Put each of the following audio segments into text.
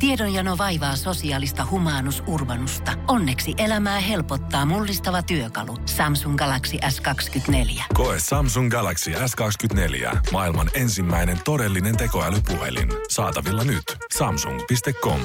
Tiedonjano vaivaa sosiaalista humanus urbanusta. Onneksi elämää helpottaa mullistava työkalu. Samsung Galaxy S24. Koe Samsung Galaxy S24. Maailman ensimmäinen todellinen tekoälypuhelin. Saatavilla nyt. Samsung.com.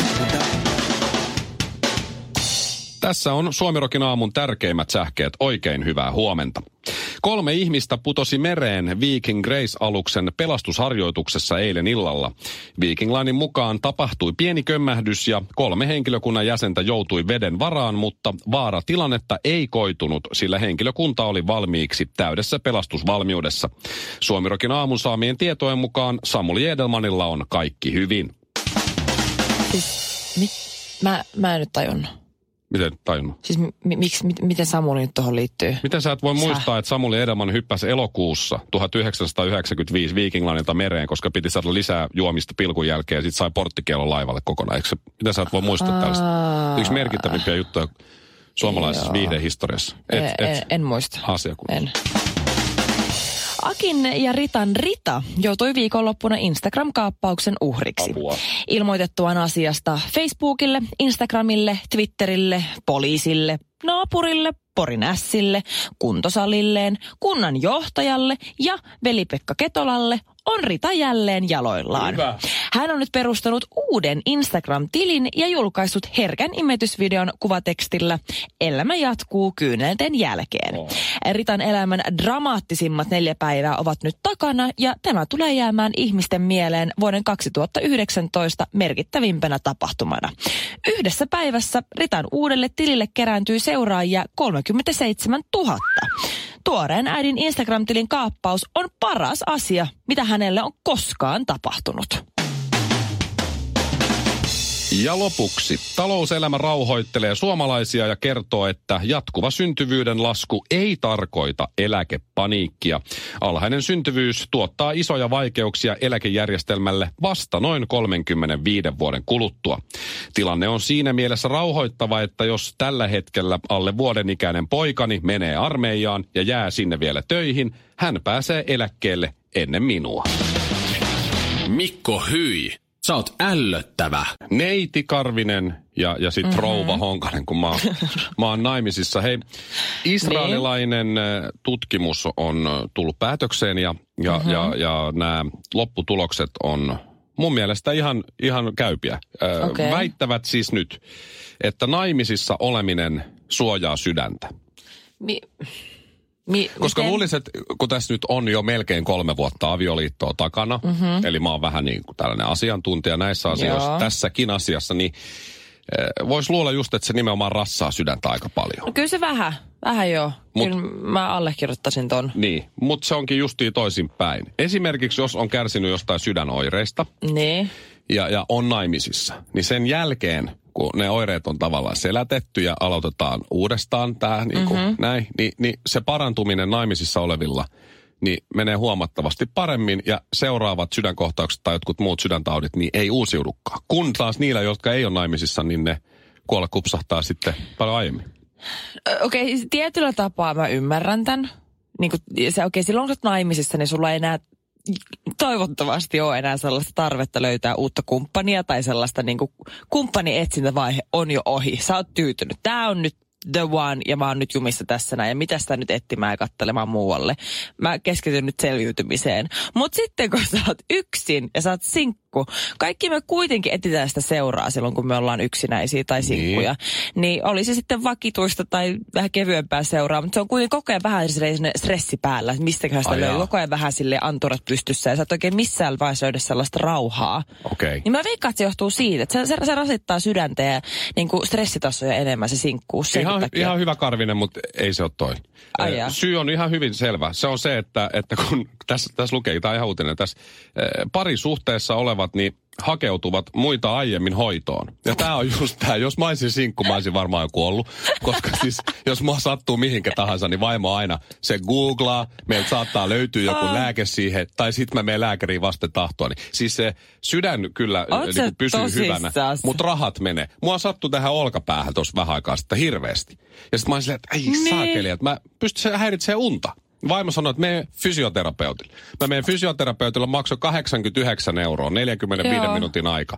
Tässä on Suomirokin aamun tärkeimmät sähkeet. Oikein hyvää huomenta. 3 ihmistä putosi mereen Viking Grace-aluksen pelastusharjoituksessa eilen illalla. Viking Linein mukaan tapahtui pieni kömmähdys ja 3 henkilökunnan jäsentä joutui veden varaan, mutta vaaratilannetta ei koitunut, sillä henkilökunta oli valmiiksi täydessä pelastusvalmiudessa. Suomirokin aamun saamien tietojen mukaan Samuli Edelmanilla on kaikki hyvin. Mä en nyt tajunnut. Miten tajunnut? Siis miten Samuli nyt tuohon liittyy? Miten sä et voi muistaa, että Samuli Edelman hyppäsi elokuussa 1995 Viking Linelta mereen, koska piti saada lisää juomista pilkun jälkeen ja sit sai porttikielon laivalle kokonaan. Miten sä et voi muistaa tällaista? Yksi merkittävimpiä juttuja suomalaisessa viihdehistoriassa. En muista. Asiakunnassa. Akin ja Ritan Rita joutui viikonloppuna Instagram-kaappauksen uhriksi. Apua. Ilmoitettuaan asiasta Facebookille, Instagramille, Twitterille, poliisille, naapurille, Porin Ässille, kuntosalilleen, kunnan johtajalle ja Veli-Pekka Ketolalle on Rita jälleen jaloillaan. Hyvä. Hän on nyt perustanut uuden Instagram-tilin ja julkaissut herkän imetysvideon kuvatekstillä "Elämä jatkuu kyynelten jälkeen". Ritan elämän dramaattisimmat 4 päivää ovat nyt takana ja tämä tulee jäämään ihmisten mieleen vuoden 2019 merkittävimpänä tapahtumana. Yhdessä päivässä Ritan uudelle tilille kerääntyy seuraajia 37 000. Tuoreen äidin Instagram-tilin kaappaus on paras asia, mitä hänelle on koskaan tapahtunut. Ja lopuksi. Talouselämä rauhoittelee suomalaisia ja kertoo, että jatkuva syntyvyyden lasku ei tarkoita eläkepaniikkia. Alhainen syntyvyys tuottaa isoja vaikeuksia eläkejärjestelmälle vasta noin 35 vuoden kuluttua. Tilanne on siinä mielessä rauhoittava, että jos tällä hetkellä alle vuoden ikäinen poikani menee armeijaan ja jää sinne vielä töihin, hän pääsee eläkkeelle ennen minua. Mikko, hyi. Sä oot ällöttävä. Neiti Karvinen ja sit rouva Honkanen, kun mä oon naimisissa. Hei, israelilainen tutkimus on tullut päätökseen ja nämä lopputulokset on mun mielestä ihan käypiä. Väittävät siis nyt, että naimisissa oleminen suojaa sydäntä. Koska luulisin, että kun tässä nyt on jo melkein 3 vuotta avioliittoa takana, eli mä oon vähän niin kuin tällainen asiantuntija näissä asioissa, tässäkin asiassa, niin voisi luulla just, että se nimenomaan rassaa sydäntä aika paljon. No kyllä se vähän joo. Kyllä mä allekirjoittaisin ton. Niin, mutta se onkin justiin toisinpäin. Esimerkiksi jos on kärsinyt jostain sydänoireista ja on naimisissa, niin sen jälkeen, kun ne oireet on tavallaan selätetty ja aloitetaan uudestaan tää näin, niin se parantuminen naimisissa olevilla niin menee huomattavasti paremmin ja seuraavat sydänkohtaukset tai jotkut muut sydäntaudit niin ei uusiudukaan. Kun taas niillä, jotka ei ole naimisissa, niin ne kuolla kupsahtaa sitten paljon aiemmin. Okei, tietyllä tapaa mä ymmärrän tämän. Silloin kun olet naimisissa, niin sulla ei enää toivottavasti ole enää sellaista tarvetta löytää uutta kumppania tai sellaista kumppanieetsintävaihe on jo ohi. Sä oot tyytynyt. Tää on nyt the one ja mä oon nyt jumissa tässä näin ja mitä sitä nyt etsimään ja katselemaan muualle. Mä keskityn nyt selviytymiseen. Mut sitten kun sä oot yksin ja sä oot sinkku, kaikki me kuitenkin etsitään sitä seuraa silloin kun me ollaan yksinäisiä tai sinkkuja. Niin oli se sitten vakituista tai vähän kevyempää seuraa, mutta se on kuitenkin koko ajan vähän stressi päällä, että mistäköhän sitä löytyy. Koko ajan vähän silleen anturat pystyssä ja sä et oikein missään vaiheessa löydä sellaista rauhaa. Niin mä veikkaan, että se johtuu siitä, että se rasittaa sydäntä ja stressitasoja enemmän se sinkkuus. Ihan hyvä Karvinen, mutta ei se ole toi. Syy on ihan hyvin selvä. Se on se, että kun tässä lukee, tämä on ihan uutinen, tässä parisuhteessa olevat niin hakeutuvat muita aiemmin hoitoon. Ja tämä on just tämä, jos mä olisin sinkku, mä olisin varmaan jo kuollut. Koska siis, jos mua sattuu mihinkä tahansa, niin vaimo aina se googlaa, meiltä saattaa löytyä joku lääke siihen, tai sitten mä menen lääkäriin vasten tahtoa. Niin, siis se sydän kyllä niin pysyy hyvänä, mutta rahat menee. Mua sattui tähän olkapäähän tuossa vähän aikaa sitten hirveästi. Ja sitten mä olisin, että ei saakeli, että mä pystyn häiritsemään unta. Vaimo sanoi, että mene fysioterapeutille. Mä menen fysioterapeutille, maksoi 89 €, 45 minuutin aika.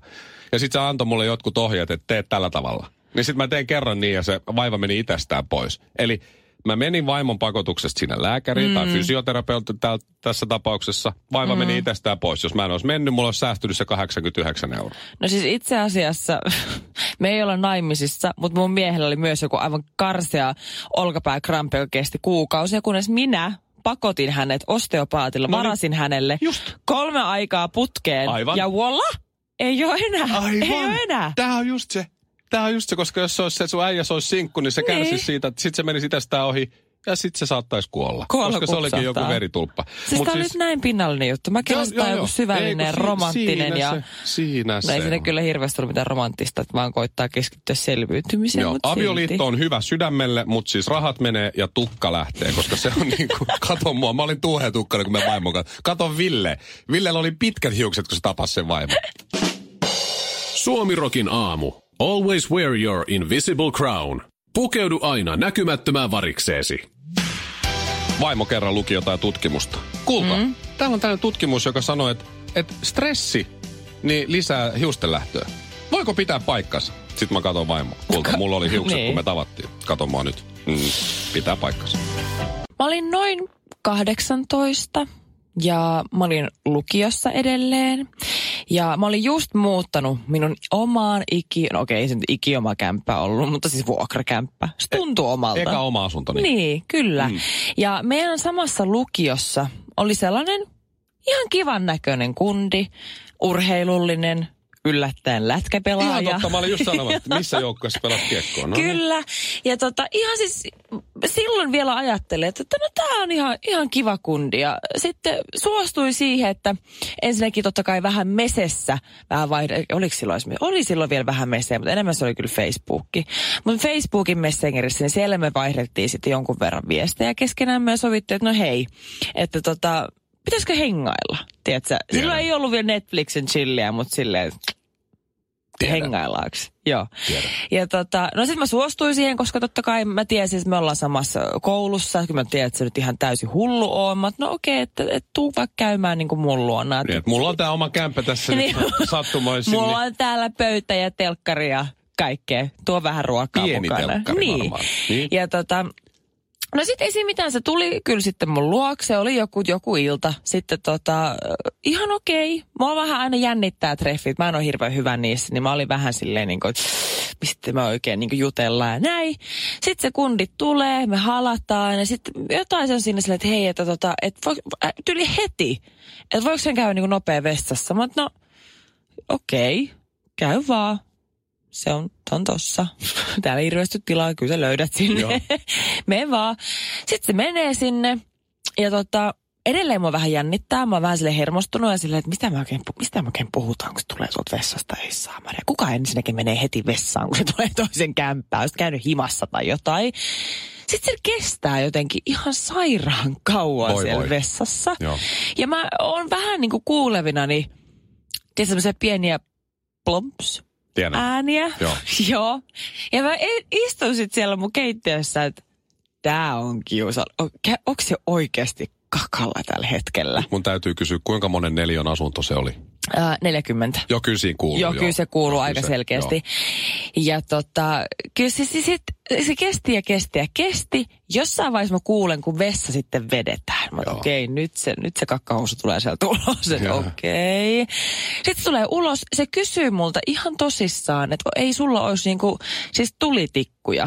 Ja sit se antoi mulle jotkut ohjeet, että teet tällä tavalla. Niin sit mä tein kerran niin ja se vaiva meni itsestään pois. Eli mä menin vaimon pakotuksesta sinne lääkäriin tai fysioterapeutti tässä tapauksessa. Vaiva meni itsestään pois. Jos mä en olisi mennyt, mulla olisi säästynyt se 89 €. No siis itse asiassa me ei olla naimisissa, mutta mun miehellä oli myös joku aivan karsea olkapääkrampi, joka kesti kuukausia, kunnes minä pakotin hänet osteopaatilla, varasin hänelle 3 aikaa putkeen. Aivan. Ja voila, ei ole enää. Aivan. Ei ole enää. Tämä on just se, koska jos se olisi se sun äijä, se olisi sinkku, niin se kärsisi siitä, että sit se menisi itsestään ohi ja sit se saattaisi kuolla. Koska se olikin joku veritulppa. Siis tämä on nyt näin pinnallinen juttu. Mä kyllä sitä joku syvällinen, romanttinen Siinä se ei sinne kyllä hirveästi ollut mitään romanttista, että vaan koittaa keskittyä selviytymiseen. Joo, avioliitto on hyvä sydämelle, mutta siis rahat menee ja tukka lähtee, koska se on niin kuin, kato mua, mä olin tuuhetukkana, kun mä vaimon kanssa. Kato Ville. Villellä oli pitkät hiukset, kun se tapasi sen vaimon. Suomirokin aamu. Always wear your invisible crown. Pukeudu aina näkymättömään varikseesi. Vaimo kerran luki jotain tutkimusta. Kuulta, täällä on tällainen tutkimus, joka sanoo, että stressi niin lisää hiustenlähtöä. Voiko pitää paikkansa? Sitten mä katon vaimoa. Kuulta, mulla oli hiukset, kun me tavattiin. Kato mua nyt. Pitää paikkansa. Mä olin noin 18 ja mä olin lukiossa edelleen. Ja mä olin just muuttanut minun omaan ei se nyt ikioma kämppä ollut, mutta siis vuokrakämppä. Se tuntuu omalta. Eka oma asunto. Niin, kyllä. Ja meidän samassa lukiossa oli sellainen ihan kivan näköinen kundi, urheilullinen, yllättäen lätkäpelaaja. Ihan totta, mä olin just sanomassa, että missä joukkueessa pelat kiekkoa. No kyllä. Niin. Ja ihan siis silloin vielä ajattelin, että no tää on ihan kiva kundi. Ja sitten suostui siihen, että ensinnäkin totta kai vähän mesessä, oli silloin vielä vähän mesejä, mutta enemmän se oli kyllä Facebookki. Mutta Facebookin Messengerissä, niin siellä me vaihdettiin sitten jonkun verran viestejä keskenään. Me sovittiin, että no hei, että pitäisikö hengailla, tiedätkö? Silloin ei ollut vielä Netflixin chilliä, mutta silleen hengaillaanko? Joo. Tiedän. Ja no sit mä suostuin siihen, koska totta kai mä tiesin, että me ollaan samassa koulussa. Kyllä mä tiedän, että se nyt ihan täysin hullu on. Mä no okei, että tuu vaikka käymään niin kuin mun luona. Niin, mulla on tää oma kämppä tässä nyt sattumoisin. Mulla on täällä pöytä ja telkkari ja kaikkea. Tuo vähän ruokaa pieni mukana. Pieni telkkari varmaan. Niin. Ja no sit ei siinä mitään, se tuli kyllä sitten mun luokse, oli joku ilta. Sitten ihan okei. Mua vähän aina jännittää treffit, mä en ole hirveän hyvä niissä, niin mä olin vähän silleen niin kuin, että mistä me oikein niin kuin jutellaan ja näin. Sitten se kundit tulee, me halataan ja sitten jotain se on siinä silleen, että hei, että tyyli heti, että voiko sen käydä niin kuin nopea vessassa. Mä no okei, käy vaan. Se on tossa. Täällä hirveästi tilaa, kyllä sä löydät sinne. Mene vaan. Sitten se menee sinne ja edelleen mua vähän jännittää. Mä oon vähän silleen hermostunut ja silleen, että mistä me oikein puhutaan, kun se tulee tuolta vessasta. Ei saa Maria. Kuka ensinnäkin menee heti vessaan, kun se tulee toisen kämppään. Olet käynyt himassa tai jotain. Sitten se kestää jotenkin ihan sairaan kauan siellä vessassa. Joo. Ja mä oon vähän niin kuin kuulevinani, tiedätkö, semmoisia pieniä plomps. Tiedän. Ääniä. Joo. Ja mä istun sit siellä mun keittiössä, että tää on kiusa. Onko se oikeasti kakalla tällä hetkellä? Mun täytyy kysyä, kuinka monen neliön asunto se oli? 40. Joo, kyllä siinä kuuluu. Joo, kyllä se kuuluu aika selkeästi. Ja kyllä se kesti. Jossain vaiheessa mä kuulen, kun vessa sitten vedetään. Mä okei, nyt se kakkahousu tulee sieltä ulos. Okei. Sitten tulee ulos. Se kysyy multa ihan tosissaan, että ei sulla olisi siis tulitikkuja.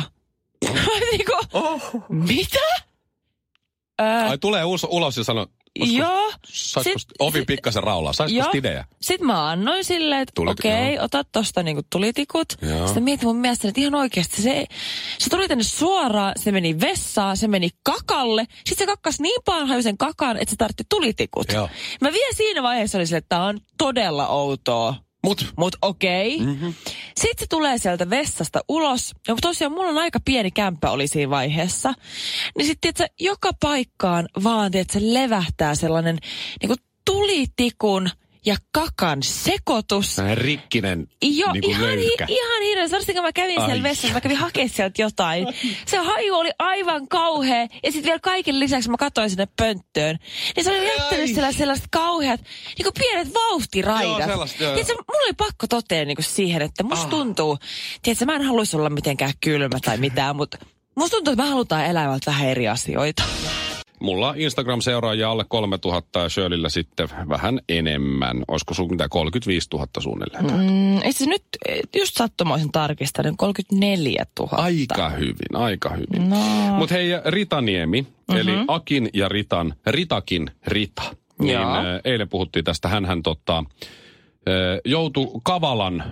Mitä? Ai tulee ulos ja sanoo, saisiko ovi pikkasen raulaa? Saisiko idea? Sitten mä annoin silleen, että okei, ota tosta tulitikut. Joo. Sitten mietin mun mielestä, että ihan oikeasti se tuli tänne suoraan, se meni vessaan, se meni kakalle. Sitten se kakkas niin paljon sen kakan, että se tarvitsi tulitikut. Joo. Mä vielä siinä vaiheessa oli silleen, että tää on todella outoa. Mut okei. Mm-hmm. Sitten se tulee sieltä vessasta ulos. Ja tosiaan mulla on aika pieni kämppä oli siinä vaiheessa. Niin sitten joka paikkaan vaan, se levähtää sellainen tulitikun ja kakan sekoitus. Rikkinen Joo, niin kuin löykkä. ihan hirveä. Varsinkin mä kävin siellä vessassa, mä kävin hakemaan sieltä jotain. Se haju oli aivan kauhea. Ja sitten vielä kaiken lisäksi mä katsoin sinne pönttöön. Niin se oli jättänyt sellaiset kauheat, niin kuin pienet vauhtiraidat. Joo, sellaista, joo. Tiedätkö, mulla oli pakko totea niin kuin siihen, että musta tuntuu, tiedätkö, mä en haluaisi olla mitenkään kylmä tai mitään, mutta musta tuntuu, että me halutaan elämältä vähän eri asioita. Mulla Instagram-seuraajia alle 3000 ja Shirleyllä sitten vähän enemmän. Olisiko sun mitä 35 000 suunnilleen? Itse nyt just sattumoisin tarkistanut 34 000. Aika hyvin. No. Mutta hei, Rita Niemi, eli Akin ja Ritakin Rita. Niin eilen puhuttiin tästä, hänhän joutui kavalan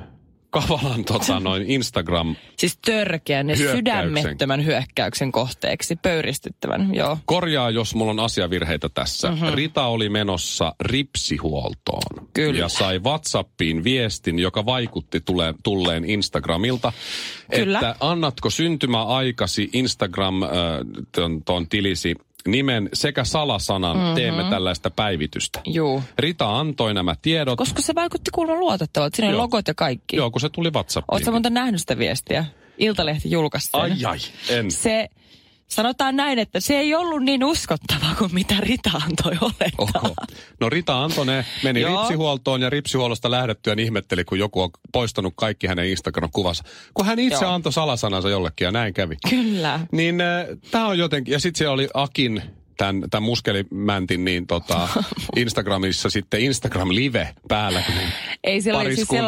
Instagram siis törkeän ja sydämettömän hyökkäyksen kohteeksi, pöyristyttävän, joo. Korjaa, jos mulla on asiavirheitä tässä. Rita oli menossa ripsihuoltoon. Kyllä. Ja sai WhatsAppiin viestin, joka vaikutti tulleen Instagramilta. Kyllä. Että annatko syntymäaikasi Instagram ton tilisi nimen sekä salasanan, teemme tällaista päivitystä. Juu. Rita antoi nämä tiedot. Koska se vaikutti kuulemma luotettavalta. Siinä oli logot ja kaikki. Joo, kun se tuli WhatsAppiin. Oletko muuten nähnyt sitä viestiä? Iltalehti julkaisi sen. En. Sanotaan näin, että se ei ollut niin uskottavaa kuin mitä Rita antoi olettaa. Oho. No Rita antoi meni ripsihuoltoon ja ripsihuollosta lähdettyään ihmetteli, kun joku on poistanut kaikki hänen Instagram-kuvansa. Kun hän itse antoi salasanansa jollekin ja näin kävi. Kyllä. Niin tämä on jotenkin, ja sitten se oli Akin, tämän muskelimäntin, niin Instagramissa sitten Instagram Live päällä. Ei, siellä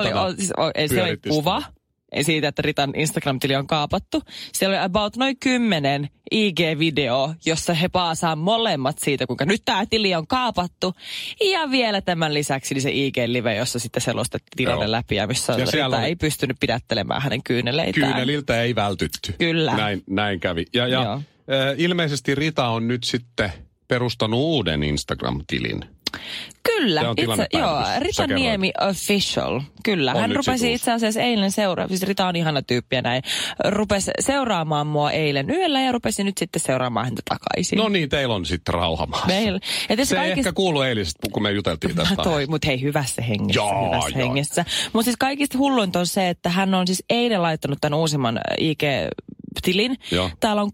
oli kuva. Siitä, että Ritan Instagram-tili on kaapattu. Siellä oli about noin 10 IG-video, jossa he paasaa molemmat siitä, kuinka nyt tämä tili on kaapattu. Ja vielä tämän lisäksi niin se IG-live, jossa sitten selostettiin tilanne läpi ja missä Rita ei pystynyt pidättelemään hänen kyyneleitään. Kyyneliltä ei vältytty. Kyllä. Näin kävi. Ja ilmeisesti Rita on nyt sitten perustanut uuden Instagram-tilin. Kyllä, Rita Niemi Official. Kyllä, hän rupesi itse asiassa eilen siis Rita on ihana tyyppi ja näin. Rupesi seuraamaan mua eilen yöllä ja rupesi nyt sitten seuraamaan häntä takaisin. No niin, teillä on sitten rauhamaassa. Se ehkä kuului eilisestä, kun me juteltiin tästä. Mutta hei, hyvässä hengessä. Mutta siis kaikista hulluinta on se, että hän on siis eilen laittanut tämän uusimman IG-tilin. Joo. Täällä on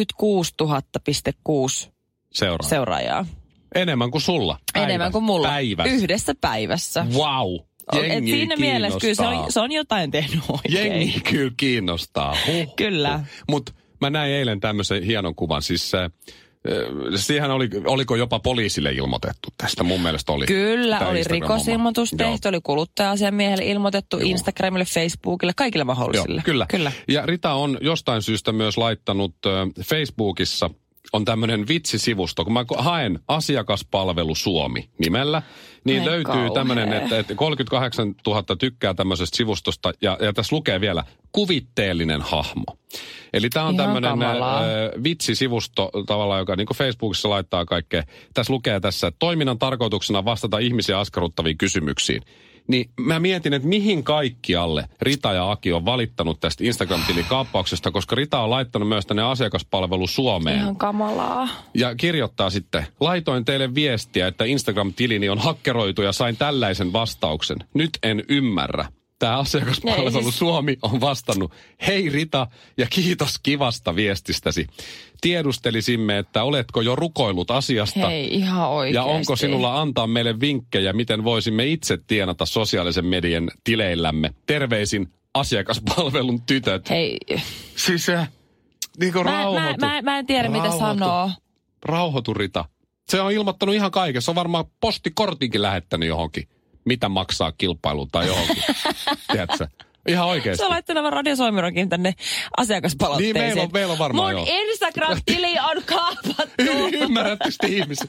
36,6 seuraajaa. Enemmän kuin sulla. Enemmän kuin mulla. Päivässä. Yhdessä päivässä. Wow. Jengi siinä mielessä kyllä se on jotain tehnyt oikein. Jengi kyllä kiinnostaa. Kyllä. Mutta mä näin eilen tämmöisen hienon kuvan. Siis siihen oliko jopa poliisille ilmoitettu tästä? Mun mielestä oli. Kyllä, oli rikosilmoitus tehty, oli kuluttaja-asiamiehelle ilmoitettu, Instagramille, Facebookille, kaikille mahdollisille. Joo, kyllä. Ja Rita on jostain syystä myös laittanut Facebookissa on tämmöinen vitsisivusto, kun mä haen asiakaspalvelu Suomi nimellä, niin löytyy tämmöinen, että 38 000 tykkää tämmöisestä sivustosta, ja tässä lukee vielä kuvitteellinen hahmo. Eli tämä on tämmöinen vitsisivusto tavallaan, joka niin kuin Facebookissa laittaa kaikkea. Tässä lukee tässä, että toiminnan tarkoituksena vastata ihmisiä askarruttaviin kysymyksiin. Niin mä mietin, että mihin kaikkialle Rita ja Aki on valittanut tästä Instagram-tilin kaappauksesta, koska Rita on laittanut myös tänne asiakaspalvelu Suomeen. Ihan kamalaa. Ja kirjoittaa sitten, laitoin teille viestiä, että Instagram-tilini on hakkeroitu ja sain tällaisen vastauksen. Nyt en ymmärrä. Tämä asiakaspalvelu Suomi on vastannut, hei Rita ja kiitos kivasta viestistäsi. Tiedustelisimme, että oletko jo rukoillut asiasta. Hei, ihan oikeasti. Ja onko sinulla antaa meille vinkkejä, miten voisimme itse tienata sosiaalisen median tileillämme. Terveisin asiakaspalvelun tytöt. Hei. Siis niin kuin rauhoitu. Mä en tiedä, mitä sanoo. Rauhoitu Rita. Se on ilmoittanut ihan kaiken. Se on varmaan postikortinkin lähettänyt johonkin. Mitä maksaa kilpailuun tai johonkin. Tiedätkö? Ihan oikeasti. Se on laittanut radiosoimironkin tänne asiakaspalautteeseen. Niin, meillä on varmaan Mun Instagram-tili on kaapattu. Ymmärrätte sitten ihmiset.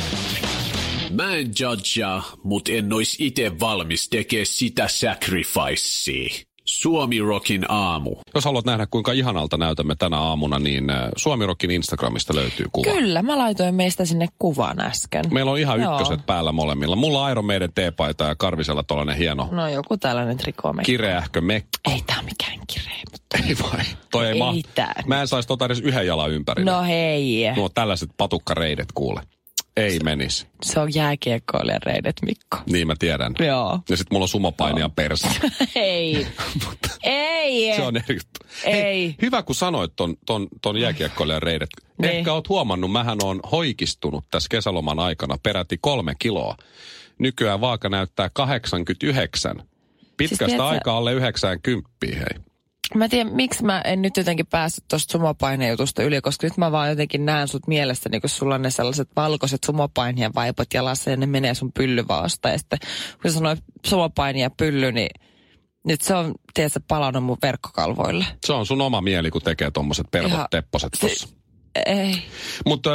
Mä en judgea, mut en ois ite valmis tekee sitä sacrificea. Suomi Rockin aamu. Jos haluat nähdä, kuinka ihanalta näytämme tänä aamuna, niin Suomi Rockin Instagramista löytyy kuva. Kyllä, mä laitoin meistä sinne kuvan äsken. Meillä on ihan ykköset päällä molemmilla. Mulla on Iron Maiden teepaita ja Karvisella tollainen hieno. No joku tällainen trikoomekko. Kireähkö mekko. Ei tää mikään kireä. Ei vai? Toi ei Mä en saisi edes yhden jalan ympäri. No hei. Nuo tällaiset patukkareidet kuule. ei menisi. Se on jääkiekkoilijan reidet, Mikko. Niin mä tiedän. Joo. Ja sit mulla on sumopainia perse. Ei. Ei. Se on eri juttu. Ei. Hyvä, kun sanoit ton jääkiekkoilijan reidet. Niin. Ehkä oot huomannut, mähän on hoikistunut tässä kesäloman aikana peräti 3 kiloa. Nykyään vaaka näyttää 89. Pitkästä siis aikaa alle 90, hei. Mä en tiedä, miksi mä en nyt jotenkin päässyt tuosta sumopainejutusta yli, koska nyt mä vaan jotenkin näen sut mielessä, niin kun sulla on ne sellaiset valkoiset sumopainien vaipot jalassa ja ne menee sun pyllyvaasta. Ja sitten kun sanoit sumopaini ja pylly, niin nyt se on, tiedätkö, palannut mun verkkokalvoille. Se on sun oma mieli, kun tekee tommoset pervot-tepposet tossa. Ei. Mutta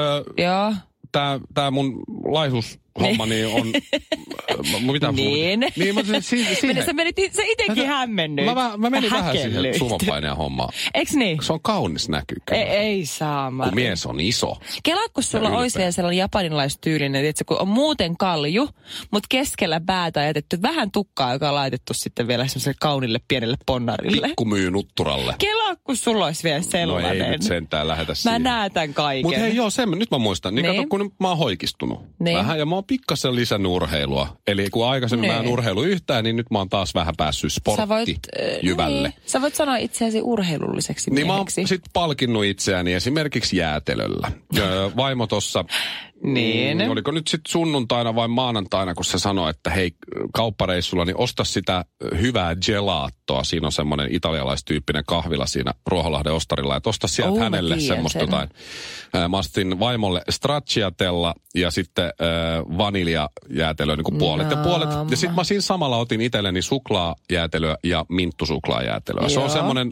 tää mun laisuushomma niin on... Mitä niin. Niin, mutta sä itekin hämmennyt. Mä menin vähän siihen sumopaineen hommaan. Eiks niin? Se on kaunis näky. Ei saa, Mari. Kun mies on iso. Kelaa, kun sulla olisi vielä sellainen japanilaistyylinen, että kun on muuten kalju, mutta keskellä päätä on jätetty vähän tukkaa, joka on laitettu sitten vielä semmoiselle kaunille pienelle ponnarille. Pikkumyy nutturalle. Kelaa, kun sulla olisi vielä sellainen. No ei nyt sentään lähetä siihen. Mä näen tämän kaiken. Mutta hei nyt mä muistan. Niin kato, kun mä oon hoikistunut vähän ja mä oon pikkasen lisännyt urheilua. Eli kun aikaisemmin mä en urheilu yhtään, niin nyt mä oon taas vähän päässyt sporttijyvälle. Sä voit sanoa itseäsi urheilulliseksi mieheksi. Niin mä oon sit palkinnut itseäni esimerkiksi jäätelöllä. Vaimo tossa, oliko nyt sit sunnuntaina vai maanantaina, kun se sanoi, että hei kauppareissulla, niin osta sitä hyvää gelaattoa. Siinä on semmoinen italialaistyyppinen kahvila siinä Ruoholahden ostarilla. Että osta sieltä hänelle semmoista jotain. Mä ostin vaimolle stracciatella ja sitten vaniljajäätelöä niin kuin puolet. Ja sitten mä siinä samalla otin itselleni suklaajäätelöä ja minttusuklaajäätelöä. Joo. Se on semmoinen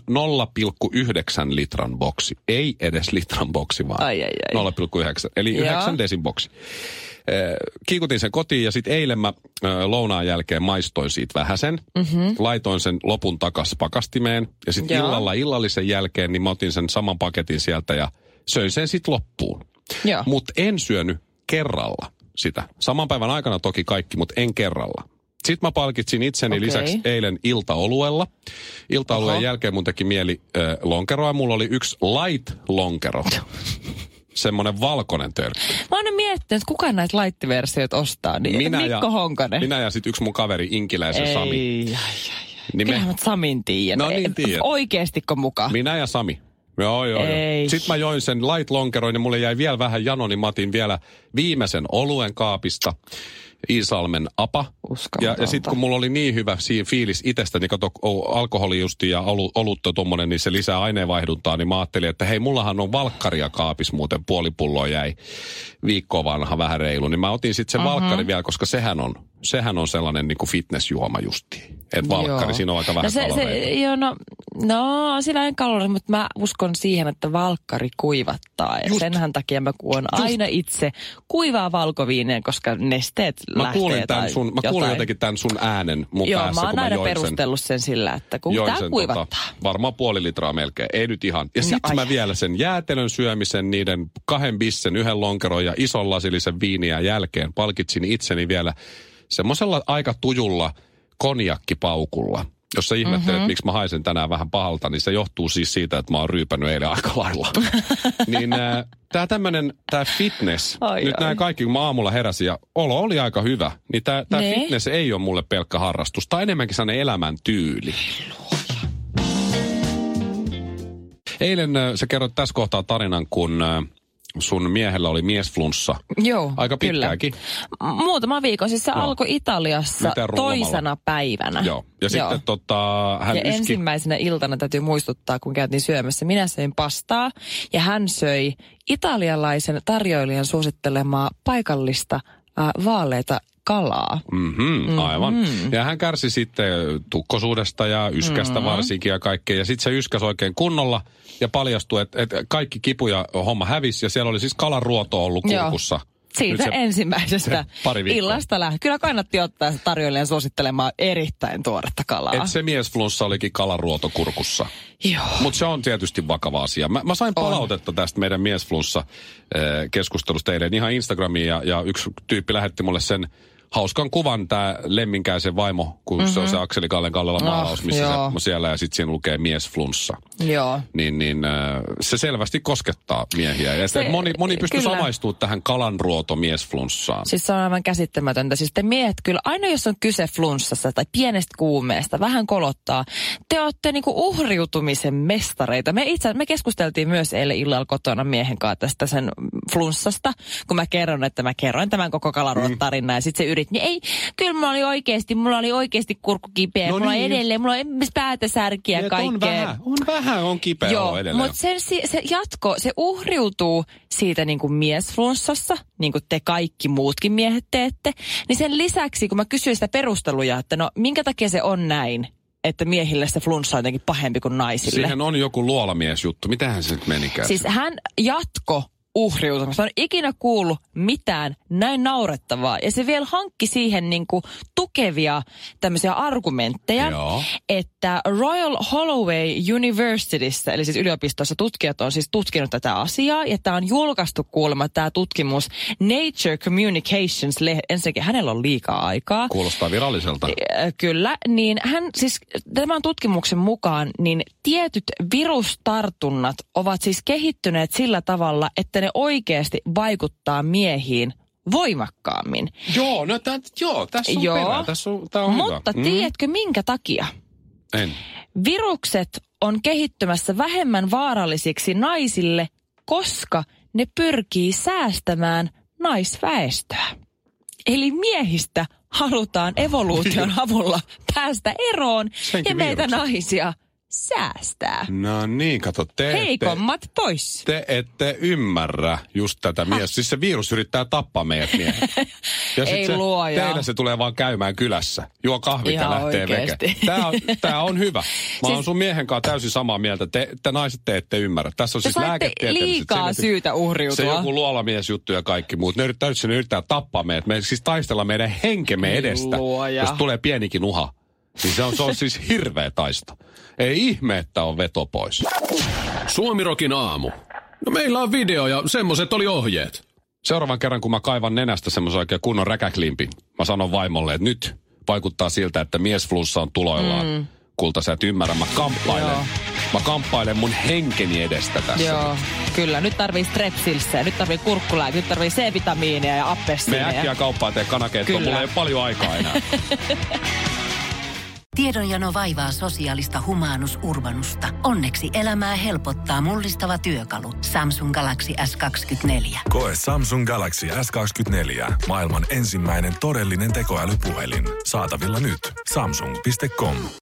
0,9 litran boksi. Ei edes litran boksi, vaan 0,9. Eli 9 desin boksi. Kiikutin sen kotiin ja sitten eilen mä lounaan jälkeen maistoin siitä vähäsen. Laitoin sen lopun takas pakastimeen. Ja sitten illallisen jälkeen niin mä otin sen saman paketin sieltä ja söin sen sitten loppuun. Mutta en syönyt kerralla sitä. Saman päivän aikana toki kaikki, mutta en kerralla. Sitten mä palkitsin itseni lisäksi eilen iltaoluella. Iltaolueen jälkeen mun teki mieli lonkeroa. Mulla oli yksi light-lonkero. Semmoinen valkoinen tölkki. Mä oon miettinyt, että kuka näitä light-versioita ostaa. Niin Mikko Honkanen. Minä ja sitten yksi mun kaveri Inkiläisen Sami. Niin kyllähän mä Samin tiedän. No niin tiedän. Oikeestiko mukaan? Minä ja Sami. Joo. Sitten mä join sen light-lonkeroin ja mulle jäi vielä vähän jano, niin mä otin vielä viimeisen oluen kaapista. Iisalmen Apa. Ja sitten kun mulla oli niin hyvä fiilis itsestä, niin kato alkoholi justi ja olutta tommonen, niin se lisää aineenvaihduntaa, niin mä ajattelin, että hei, mullahan on valkkaria kaapis muuten, puoli pulloa jäi viikkoa vanha vähän reilu, niin mä otin sitten sen valkkari vielä, koska sehän on sellainen niin kuin fitnessjuoma justiin. Että valkkari, siinä on aika vähän kaloreita. No, sillä en kalori, mutta mä uskon siihen, että valkkari kuivattaa. Ja senhän takia mä kuon aina itse kuivaa valkoviinea, koska nesteet lähtee mä kuulin jotenkin tämän sun äänen mun päässä, mä oon kun mä aina join perustellut sen sillä, että kun tää kuivattaa. Varmaan 0,5 litraa melkein, ei nyt ihan. Ja sitten mä vielä sen jäätelön syömisen, niiden 2 bissen, 1 lonkeron ja ison lasillisen viiniä jälkeen palkitsin itseni vielä semmoisella aika tujulla konjakkipaukulla. Jos sä ihmettelet, miksi mä haisen tänään vähän pahalta, niin se johtuu siis siitä, että mä oon ryypännyt eilen aika lailla. Niin tää fitness, nyt nämä kaikki, kun mä aamulla heräsin ja olo oli aika hyvä, niin tää fitness ei ole mulle pelkkä harrastus, tai enemmänkin sellainen elämäntyyli. Eilen sä kerroit tässä kohtaa tarinan, kun sun miehellä oli miesflunssa. Joo, aika pitkääkin. Muutama viikon. Siis se alkoi Italiassa toisena päivänä. Joo. Ja sitten hän ensimmäisenä iltana täytyy muistuttaa, kun käytiin syömässä. Minä söin pastaa ja hän söi italialaisen tarjoilijan suosittelemaa paikallista vaaleita kalaa. Aivan. Ja hän kärsi sitten tukkosuudesta ja yskästä varsinkin ja kaikkea. Ja sitten se yskäs oikein kunnolla ja paljastui, että kaikki kipu ja homma hävisi. Ja siellä oli siis kalaruoto ollut kurkussa. Siitä ensimmäisestä illasta lähtien. Kyllä kannatti ottaa tarjoilijan suosittelemaan erittäin tuoretta kalaa. Et se miesflunssa olikin kalaruoto kurkussa. Joo. Mutta se on tietysti vakava asia. Mä sain palautetta tästä meidän miesflunssa-keskustelusta eilen ihan Instagramiin ja yksi tyyppi lähetti mulle sen hauskan kuvan, tämä Lemminkäisen vaimo, kun se on se Akseli Kallen Kallela maalaus, missä se siellä ja sitten siinä lukee miesflunssa. niin se selvästi koskettaa miehiä. Ja moni pystyy samaistumaan tähän kalanruotomiesflunssaan. Siis se on aivan käsittämätöntä. Siis te miehet kyllä, aina jos on kyse flunssassa tai pienestä kuumeesta, vähän kolottaa, te olette niinku uhriutumisen mestareita. Me keskusteltiin myös eilen illalla kotona miehen kanssa tästä sen flunssasta, kun mä kerroin tämän koko kalanruotarinan ja sitten se yritti, niin ei, kyllä mulla oli oikeasti kurkku kipeä, mulla on edelleen, mulla on päätä särkiä ja kaikkea. On kipeä edelleen. Mutta se jatko, se uhriutuu siitä niinku miesflunssassa, niin kuin te kaikki muutkin miehet teette, niin sen lisäksi, kun mä kysyin sitä perusteluja, että no minkä takia se on näin, että miehille se flunssa on jotenkin pahempi kuin naisille. Siihen on joku luolamiesjuttu. Mitähän se nyt menikään? Siis hän jatko uhriutumista. Mä en ikinä kuullut mitään näin naurettavaa. Ja se vielä hankki siihen niinku tukevia tämmöisiä argumentteja, että Royal Holloway Universityssä, eli siis yliopistossa tutkijat on siis tutkinut tätä asiaa, ja tämä on julkaistu kuulemma tämä tutkimus Nature Communications. Ensinnäkin hänellä on liikaa aikaa. Kuulostaa viralliselta. Kyllä, niin hän siis tämän tutkimuksen mukaan, niin tietyt virustartunnat ovat siis kehittyneet sillä tavalla, että ne oikeasti vaikuttaa miehiin voimakkaammin. Joo, tässä on perää. Tämä on mutta hyvä. tiedätkö minkä takia? En. Virukset on kehittymässä vähemmän vaarallisiksi naisille, koska ne pyrkii säästämään naisväestöä. Eli miehistä halutaan evoluution avulla päästä eroon ja meitä naisia säästää. No niin, kato, heikommat pois. Te ette ymmärrä just tätä mies. Siis se virus yrittää tappaa meidät miehet. Ja ei luoja. Teillä se tulee vaan käymään kylässä. Juo kahvit ja lähtee veke. Tää on hyvä. Mä oon sun miehen kanssa täysin samaa mieltä. Te naiset te ette ymmärrä. Tässä on siis lääketieteelliset. Liikaa syytä uhriutua. Se joku luolamiesjuttu ja kaikki muut. Ne yrittää tappaa meidät. Me siis taistella meidän henkemme edestä. Luoja. Jos tulee pienikin uha. Niin se on siis hirveä taisto. Ei ihme, että on veto pois. Suomi-rokin aamu. No meillä on video ja semmoset oli ohjeet. Seuraavan kerran, kun mä kaivan nenästä semmoisen oikein kunnon räkäklimpin, mä sanon vaimolle, että nyt vaikuttaa siltä, että miesflussa on tuloillaan. Kulta, sä et ymmärrä, mä kamppailen mun henkeni edestä tässä. Joo, kyllä. Nyt tarvii strepsilsejä, nyt tarvii kurkkulääkkeitä, nyt tarvii C-vitamiineja ja appelsiineja. Me äkkiä kauppaan tee kanakeittoa, mulla ei ole paljon aikaa enää. Tiedonjano vaivaa sosiaalista humanus urbanusta. Onneksi elämää helpottaa mullistava työkalu. Samsung Galaxy S24. Koe Samsung Galaxy S24. Maailman ensimmäinen todellinen tekoälypuhelin. Saatavilla nyt. Samsung.com.